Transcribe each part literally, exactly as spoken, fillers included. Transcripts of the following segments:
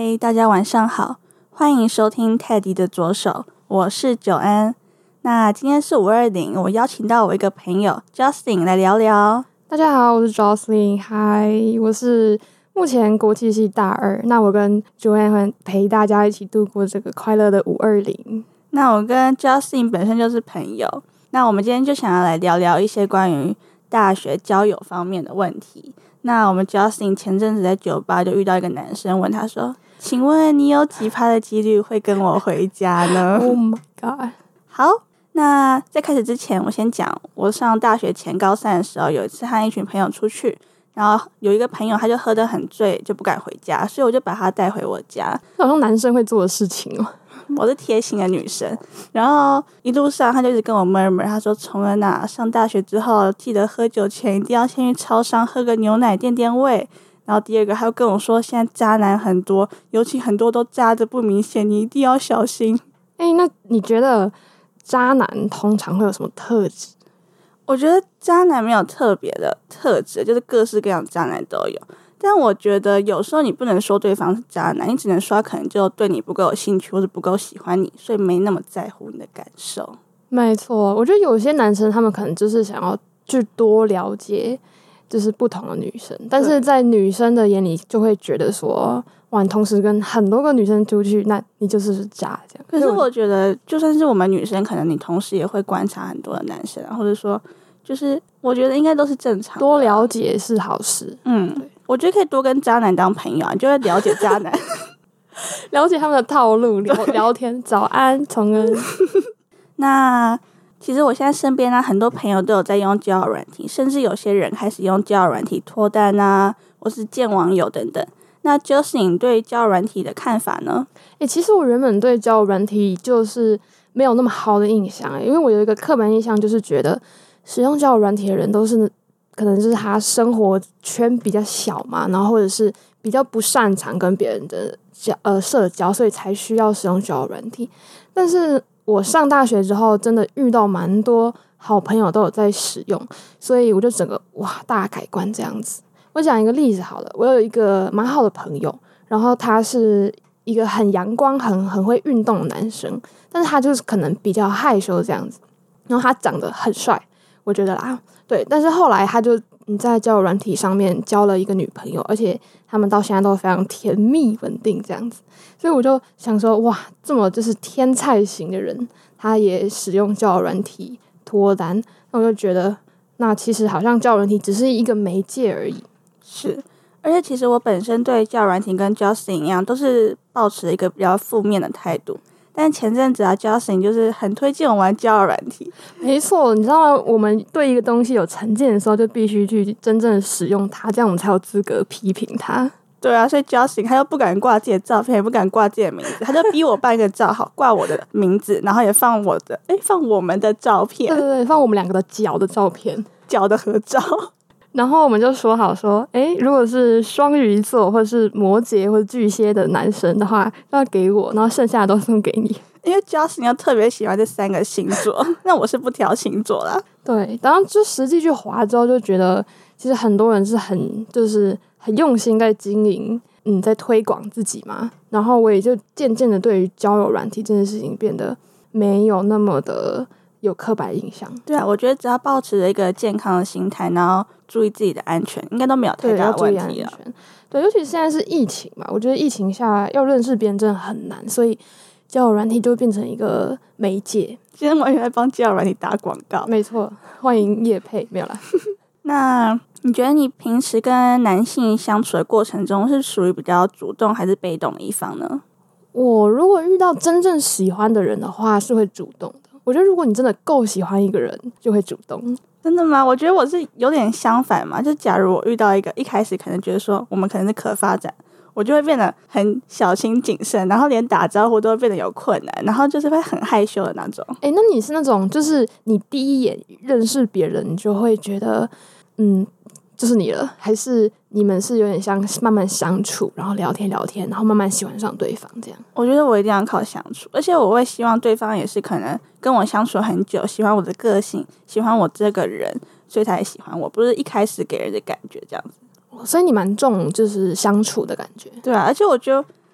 嗨，大家晚上好，欢迎收听泰迪的左手，我是九安。那今天是五二零，我邀请到我一个朋友 Justin 来聊聊。 大家好，我是 Jocelyn， 嗨，我是目前国际系大二。那我跟 Joanne 会陪大家一起度过这个快乐的五二零。 那我跟 Justin 本身就是朋友，那我们今天就想要来聊聊一些关于大学交友方面的问题。那我们 Justin 前阵子在酒吧就遇到一个男生，问他说：“请问你有几趴的几率会跟我回家呢？” Oh my god！ 好，那在开始之前，我先讲我上大学前高三的时候，有一次和一群朋友出去，然后有一个朋友他就喝得很醉，就不敢回家，所以我就把他带回我家。 这好像男生会做的事情哦。 我是贴心的女生，然后一路上他就一直跟我 murmur， 他说从人啊上大学之后，记得喝酒前一定要先去超商喝个牛奶垫垫胃。然后第二个他又跟我说，现在渣男很多，尤其很多都渣得不明显，你一定要小心。 哎，那你觉得渣男通常会有什么特质？ 我觉得渣男没有特别的特质，就是各式各样的渣男都有。但我觉得有时候你不能说对方是渣男，你只能说他可能就对你不够有兴趣，或者不够喜欢你，所以没那么在乎你的感受。 没错，我觉得有些男生他们可能就是想要去多了解就是不同的女生，但是在女生的眼里就会觉得说，哇，你同时跟很多个女生出去，那你就是渣这样。 可是我觉得就算是我们女生，可能你同时也会观察很多的男生啊，或者说就是我觉得应该都是正常的， 多了解是好事。 嗯，我觉得可以多跟渣男当朋友啊，你就会了解渣男了解他们的套路，聊聊天，早安崇恩。 那其实我现在身边呢，很多朋友都有在用交友软体，甚至有些人开始用交友软体脱单啊，或是见网友等等。那 Justin 对交友软体的看法呢？ 欸，其实我原本对交友软体就是没有那么好的印象，欸，因为我有一个刻板印象，就是觉得使用交友软体的人都是可能就是他生活圈比较小嘛，然后或者是比较不擅长跟别人的交呃社交，所以才需要使用交友软体。但是我上大学之后，真的遇到蛮多好朋友都有在使用，所以我就整个哇大改观这样子。我讲一个例子好了，我有一个蛮好的朋友，然后他是一个很阳光、很很会运动的男生，但是他就是可能比较害羞这样子。然后他长得很帅，我觉得啦，对。但是后来他就在交友软体上面交了一个女朋友，而且他们到现在都非常甜蜜稳定这样子。所以我就想说，哇，这么就是天菜型的人，他也使用交友软体脱单，那我就觉得，那其实好像交友软体只是一个媒介而已。 是，而且其实我本身对交友软体跟 Justin 一样，都是抱持一个比较负面的态度。但前阵子啊 ，Justin 就是很推荐我玩交友软体。 没错，你知道吗？我们对一个东西有成见的时候，就必须去真正的使用它，这样我们才有资格批评它。 对啊，所以 Justin 他又不敢挂自己的照片，也不敢挂自己的名字，他就逼我办一个账号，挂我的名字，然后也放我的，哎，放我们的照片， 对对对，放我们两个的脚的照片， 脚的合照。 然后我们就说好说，哎，如果是双鱼座或者是摩羯或者巨蟹的男生的话，要给我，然后剩下的都送给你。 因为 Justin 又特别喜欢这三个星座，那我是不挑星座啦。 对，然后就实际去滑之后，就觉得其实很多人是很就是很用心在经营，嗯，在推广自己嘛。然后我也就渐渐的对于交友软体这件事情变得没有那么的有刻板印象。 对啊，我觉得只要保持着一个健康的心态，然后注意自己的安全，应该都没有太大的问题了。 对，尤其现在是疫情嘛，我觉得疫情下要认识别人真的很难，所以交友软体就会变成一个媒介。 今天完全在帮交友软体打广告。 没错，欢迎业配，没有啦。 那你觉得你平时跟男性相处的过程中，是属于比较主动还是被动的一方呢？ 我如果遇到真正喜欢的人的话，是会主动的。我觉得如果你真的够喜欢一个人，就会主动。 真的吗？我觉得我是有点相反嘛，就假如我遇到一个一开始可能觉得说我们可能是可发展，我就会变得很小心谨慎，然后连打招呼都会变得有困难，然后就是会很害羞的那种。 诶，那你是那种就是你第一眼认识别人，你就会觉得嗯就是你了，还是你们是有点像慢慢相处，然后聊天聊天，然后慢慢喜欢上对方这样？ 我觉得我一定要靠相处，而且我会希望对方也是可能跟我相处很久，喜欢我的个性，喜欢我这个人，所以才喜欢我，不是一开始给人的感觉这样子。 所以你蛮重就是相处的感觉。 对啊，而且我觉得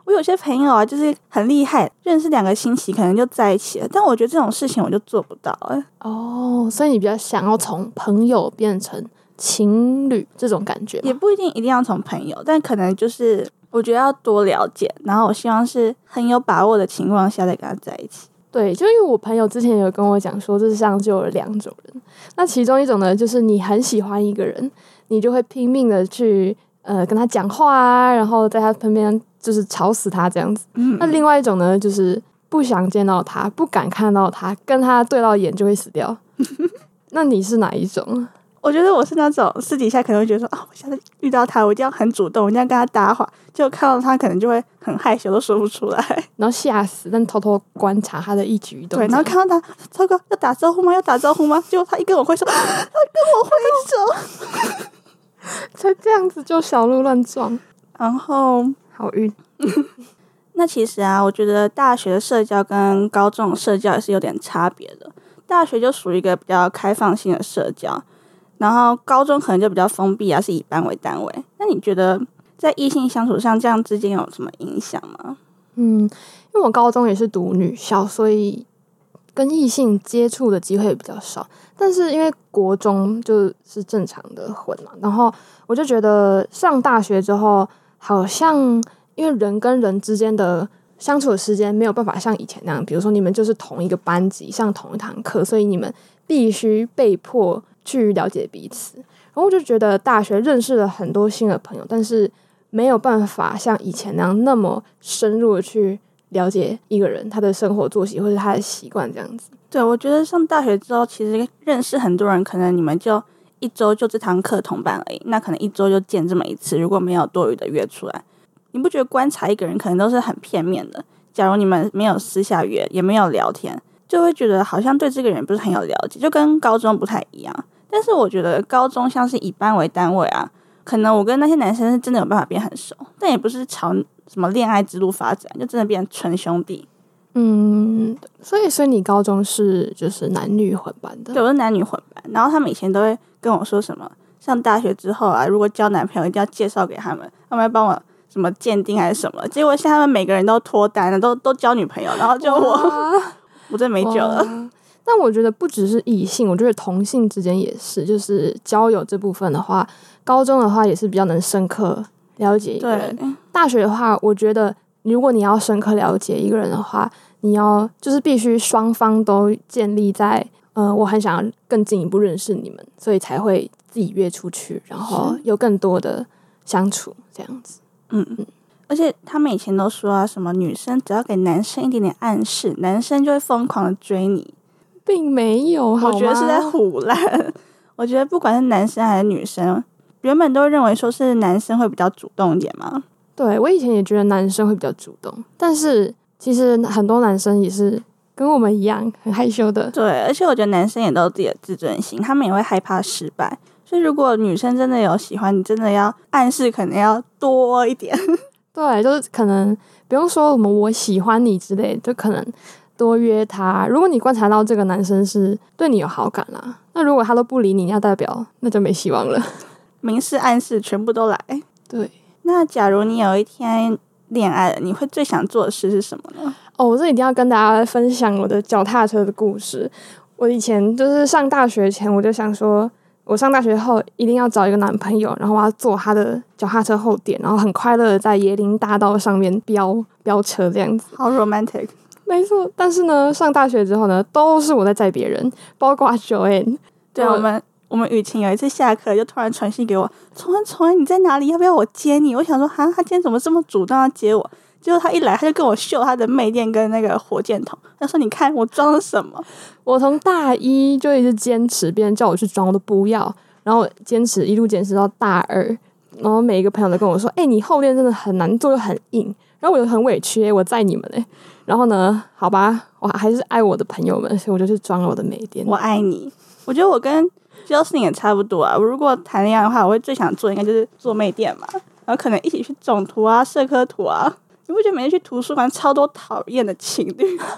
我有些朋友啊，就是很厉害，认识两个星期可能就在一起了，但我觉得这种事情我就做不到哎。 哦，所以你比较想要从朋友变成情侣这种感觉吗？ 也不一定一定要从朋友，但可能就是我觉得要多了解，然后我希望是很有把握的情况下再跟他在一起。 对，就因为我朋友之前有跟我讲说，这世上就有两种人，那其中一种呢，就是你很喜欢一个人，你就会拼命的去呃跟他讲话啊，然后在他身边就是吵死他这样子。嗯、那另外一种呢，就是不想见到他，不敢看到他，跟他对到眼就会死掉。那你是哪一种？ 我觉得我是那种私底下可能会觉得说，哦，我下次遇到他，我一定要很主动，我一定要跟他搭话。结果看到他，可能就会很害羞，都说不出来， 然后吓死，但偷偷观察他的一举一动。 对，然后看到他，糟糕，要打招呼吗？要打招呼吗？结果他一跟我挥手，他跟我挥手， 才这样子就小鹿乱撞， 然后好晕。 那其实啊，我觉得大学的社交跟高中的社交也是有点差别的。大学就属于一个比较开放性的社交。然后高中可能就比较封闭啊，是以班为单位。那你觉得在异性相处上，这样之间有什么影响吗？ 嗯，因为我高中也是读女校，所以跟异性接触的机会比较少。但是因为国中就是正常的混嘛，然后我就觉得上大学之后，好像因为人跟人之间的相处的时间没有办法像以前那样，比如说你们就是同一个班级上同一堂课，所以你们必须被迫去了解彼此。然后我就觉得大学认识了很多新的朋友，但是没有办法像以前那样那么深入的去了解一个人他的生活作息或者他的习惯这样子。 对，我觉得上大学之后其实认识很多人，可能你们就一周就这堂课同班而已，那可能一周就见这么一次，如果没有多余的约出来，你不觉得观察一个人可能都是很片面的？假如你们没有私下约，也没有聊天，就会觉得好像对这个人不是很有了解，就跟高中不太一样。但是我觉得高中像是以班为单位啊，可能我跟那些男生是真的有办法变很熟，但也不是朝什么恋爱之路发展，就真的变纯兄弟。 嗯，所以所以你高中是就是男女混班的？ 对，我是男女混班。然后他们以前都会跟我说什么，上大学之后啊，如果交男朋友一定要介绍给他们，他们会帮我什么鉴定还是什么。结果现在他们每个人都脱单了，都都交女朋友，然后就我我真的没救了。 但我觉得不只是异性，我觉得同性之间也是，就是交友这部分的话，高中的话也是比较能深刻了解一个人。大学的话，我觉得如果你要深刻了解一个人的话，你要就是必须双方都建立在呃，我很想要更进一步认识你们，所以才会自己约出去，然后有更多的相处这样子。 嗯嗯。而且他们以前都说啊，什么女生只要给男生一点点暗示，男生就会疯狂的追你。 并没有，好吗？ 我觉得是在唬烂。我觉得不管是男生还是女生，原本都认为说是男生会比较主动一点嘛。 对，我以前也觉得男生会比较主动，但是其实很多男生也是跟我们一样很害羞的。 对，而且我觉得男生也都有自己的自尊心，他们也会害怕失败。所以如果女生真的有喜欢你，真的要暗示可能要多一点。 对，就是可能不用说什么我喜欢你之类的，就可能多约他。如果你观察到这个男生是对你有好感啦，那如果他都不理你，那代表那就没希望了。 明示暗示全部都来。 对， 那假如你有一天恋爱了，你会最想做的事是什么呢？ 哦，我这一定要跟大家分享我的脚踏车的故事。我以前就是上大学前，我就想说我上大学后一定要找一个男朋友，然后我要坐他的脚踏车后点，然后很快乐的在椰林大道上面飙飙车这样子。 好 romantic。 没错，但是呢，上大学之后呢，都是我在载别人，包括 Joanne。 对，我们我们雨晴有一次下课就突然传讯给我，崇恩崇恩你在哪里？要不要我接你？我想说哈，他今天怎么这么主动要接我？结果他一来，他就跟我秀他的妹电跟那个火箭筒。他说：“你看我装了什么？” 我从大一就一直坚持，别人叫我去装我都不要，然后坚持一路坚持到大二，然后每一个朋友都跟我说：“哎、欸，你后链真的很难做，又很硬。”然后我就很委屈、欸，我载你们哎、欸。然后呢，好吧，我还是爱我的朋友们，所以我就去装了我的美电。 我爱你。我觉得我跟 Justin 也差不多啊。如果谈恋爱的话，我会最想做应该就是做妹电嘛，然后可能一起去种图啊、社科图啊。你不觉得每天去图书馆超多讨厌的情侣？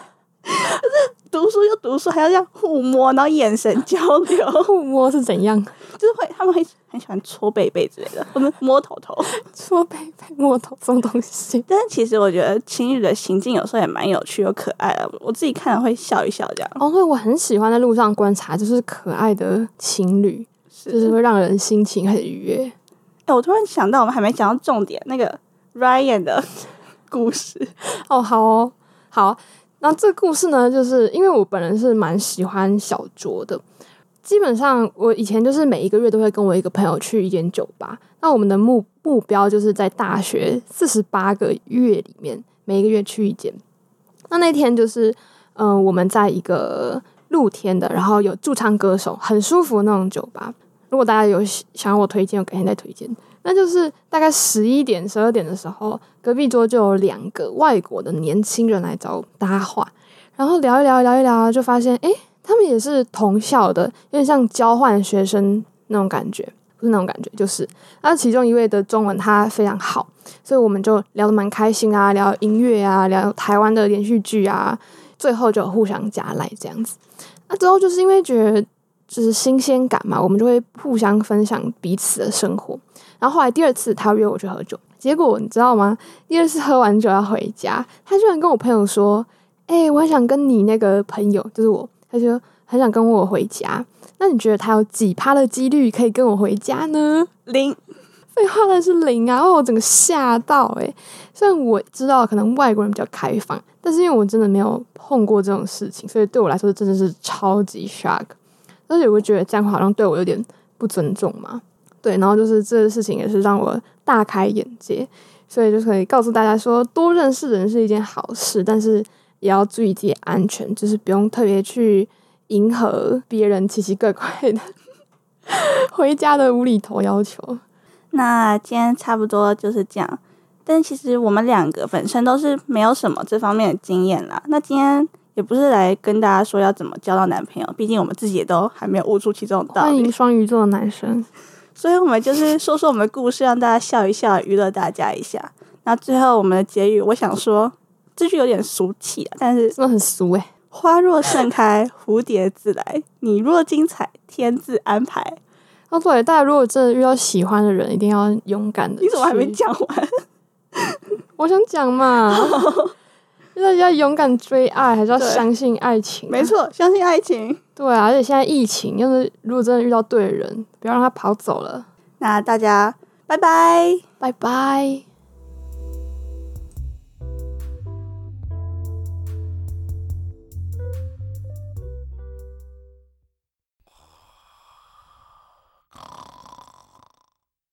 读书就读书，还要这样互摸，然后眼神交流。 互摸是怎样？ 就是会，他们会很喜欢搓背背之类的，或者摸头头。 搓背背、摸头这种东西。 但是其实我觉得情侣的行径有时候也蛮有趣又可爱的，我自己看了会笑一笑这样。 哦，对，我很喜欢在路上观察，就是可爱的情侣，是就是会让人心情很愉悦。 哎，我突然想到，我们还没讲到重点，那个 Ryan 的故事。 哦，好哦，好。那这个故事呢，就是因为我本人是蛮喜欢小酌的，基本上我以前就是每一个月都会跟我一个朋友去一间酒吧。那我们的目目标就是在大学四十八个月里面，每一个月去一间。那那天就是，嗯、呃，我们在一个露天的，然后有驻唱歌手，很舒服的那种酒吧。如果大家有想要我推荐，我改天再推荐。那就是大概十一点、十二点的时候，隔壁桌就有两个外国的年轻人来找我搭话，然后聊一聊、聊一聊，就发现，诶，他们也是同校的，有点像交换学生那种感觉，不是那种感觉，就是那其中一位的中文他非常好，所以我们就聊得蛮开心啊，聊音乐啊，聊台湾的连续剧啊，最后就互相加赖这样子。那之后就是因为觉得就是新鲜感嘛，我们就会互相分享彼此的生活。然后后来第二次他约我去喝酒，结果你知道吗？第二次喝完酒要回家，他居然跟我朋友说：“哎、欸，我很想跟你那个朋友，就是我，他就很想跟我回家。那你觉得他有几趴的几率可以跟我回家呢？” 零。 废话，那是零啊！我整个吓到哎、欸。虽然我知道可能外国人比较开放，但是因为我真的没有碰过这种事情，所以对我来说真的是超级 shock。而且我会觉得这样好像对我有点不尊重嘛。对，然后就是这个事情也是让我大开眼界，所以就可以告诉大家说，多认识人是一件好事，但是也要注意自己安全，就是不用特别去迎合别人奇奇怪怪的回家的无厘头要求。 那今天差不多就是这样，但其实我们两个本身都是没有什么这方面的经验啦。那今天也不是来跟大家说要怎么交到男朋友，毕竟我们自己也都还没有悟出其中的道理。 欢迎双鱼座的男生。 所以我们就是说说我们的故事，让大家笑一笑，娱乐大家一下。那最后我们的结语，我想说这句有点俗气啊，但是真的很俗诶、欸。 花若盛开，蝴蝶自来；你若精彩，天自安排。 哦，对，大家如果真的遇到喜欢的人，一定要勇敢的。 你怎么还没讲完？ 我想讲嘛，就是要勇敢追爱，还是要相信爱情、啊？ 没错，相信爱情。 对啊，而且现在疫情，就是如果真的遇到对的人，不要让他跑走了。 那大家拜拜， 拜拜。